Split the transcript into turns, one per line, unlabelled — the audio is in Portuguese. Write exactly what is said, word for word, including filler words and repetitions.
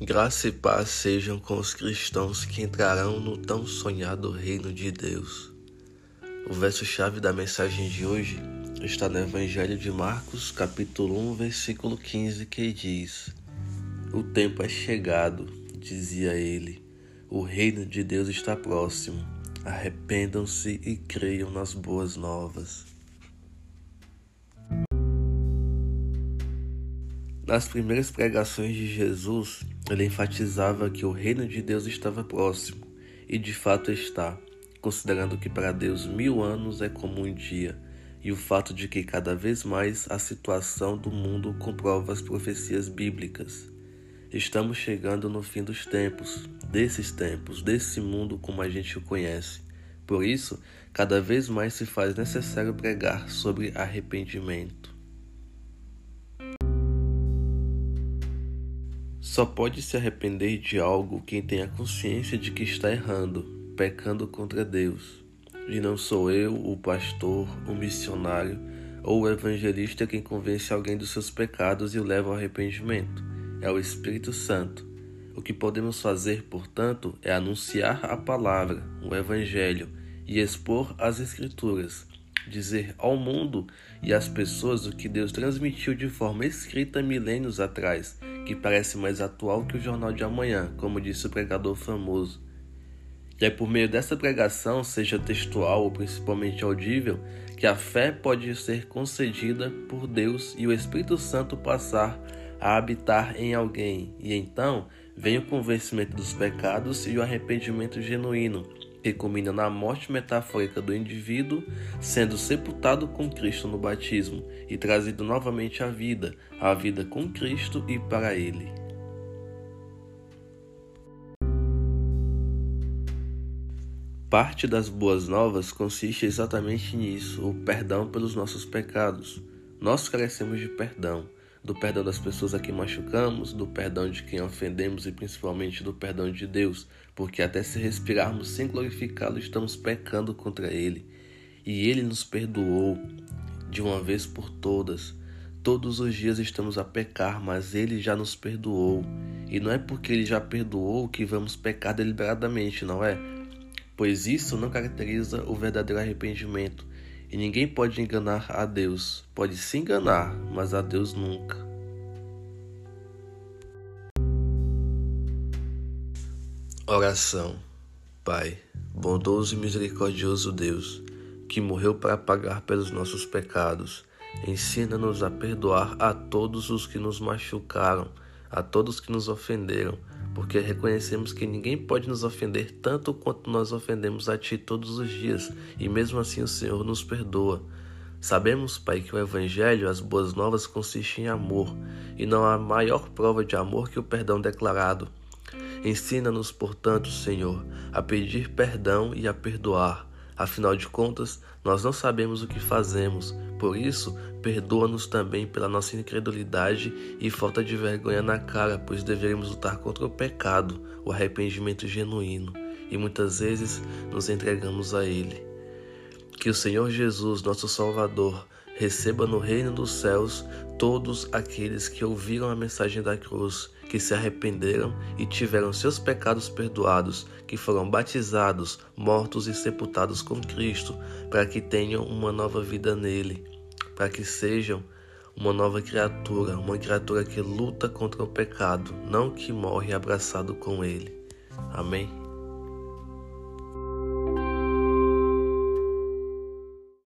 Graça e paz sejam com os cristãos que entrarão no tão sonhado reino de Deus. O verso-chave da mensagem de hoje está no Evangelho de Marcos, capítulo um, versículo quinze, que diz: O tempo é chegado, dizia ele, o reino de Deus está próximo. Arrependam-se e creiam nas boas novas. Nas primeiras pregações de Jesus, ele enfatizava que o reino de Deus estava próximo, e de fato está, considerando que para Deus mil anos é como um dia, e o fato de que cada vez mais a situação do mundo comprova as profecias bíblicas. Estamos chegando no fim dos tempos, desses tempos, desse mundo como a gente o conhece. Por isso, cada vez mais se faz necessário pregar sobre arrependimento. Só pode se arrepender de algo quem tem a consciência de que está errando, pecando contra Deus. E não sou eu, o pastor, o missionário ou o evangelista quem convence alguém dos seus pecados e o leva ao arrependimento. É o Espírito Santo. O que podemos fazer, portanto, é anunciar a palavra, o evangelho, e expor as escrituras. Dizer ao mundo e às pessoas o que Deus transmitiu de forma escrita milênios atrás, que parece mais atual que o jornal de amanhã, como disse o pregador famoso. E é por meio dessa pregação, seja textual ou principalmente audível, que a fé pode ser concedida por Deus e o Espírito Santo passar a habitar em alguém. E então vem o convencimento dos pecados e o arrependimento genuíno, que culmina na morte metafórica do indivíduo, sendo sepultado com Cristo no batismo e trazido novamente à vida, à vida com Cristo e para Ele. Parte das boas novas consiste exatamente nisso, o perdão pelos nossos pecados. Nós carecemos de perdão, do perdão das pessoas a quem machucamos, do perdão de quem ofendemos e principalmente do perdão de Deus, porque até se respirarmos sem glorificá-lo estamos pecando contra Ele. E Ele nos perdoou de uma vez por todas. Todos os dias estamos a pecar, mas Ele já nos perdoou. E não é porque Ele já perdoou que vamos pecar deliberadamente, não é? Pois isso não caracteriza o verdadeiro arrependimento. E ninguém pode enganar a Deus. Pode se enganar, mas a Deus nunca. Oração. Pai, bondoso e misericordioso Deus, que morreu para pagar pelos nossos pecados, ensina-nos a perdoar a todos os que nos machucaram, a todos que nos ofenderam, porque reconhecemos que ninguém pode nos ofender tanto quanto nós ofendemos a Ti todos os dias, e mesmo assim o Senhor nos perdoa. Sabemos, Pai, que o Evangelho, as boas novas, consiste em amor, e não há maior prova de amor que o perdão declarado. Ensina-nos, portanto, Senhor, a pedir perdão e a perdoar. Afinal de contas, nós não sabemos o que fazemos, por isso, perdoa-nos também pela nossa incredulidade e falta de vergonha na cara, pois deveríamos lutar contra o pecado, o arrependimento genuíno, e muitas vezes nos entregamos a Ele. Que o Senhor Jesus, nosso Salvador, receba no reino dos céus todos aqueles que ouviram a mensagem da cruz, que se arrependeram e tiveram seus pecados perdoados, que foram batizados, mortos e sepultados com Cristo, para que tenham uma nova vida nele, para que sejam uma nova criatura, uma criatura que luta contra o pecado, não que morre abraçado com ele. Amém?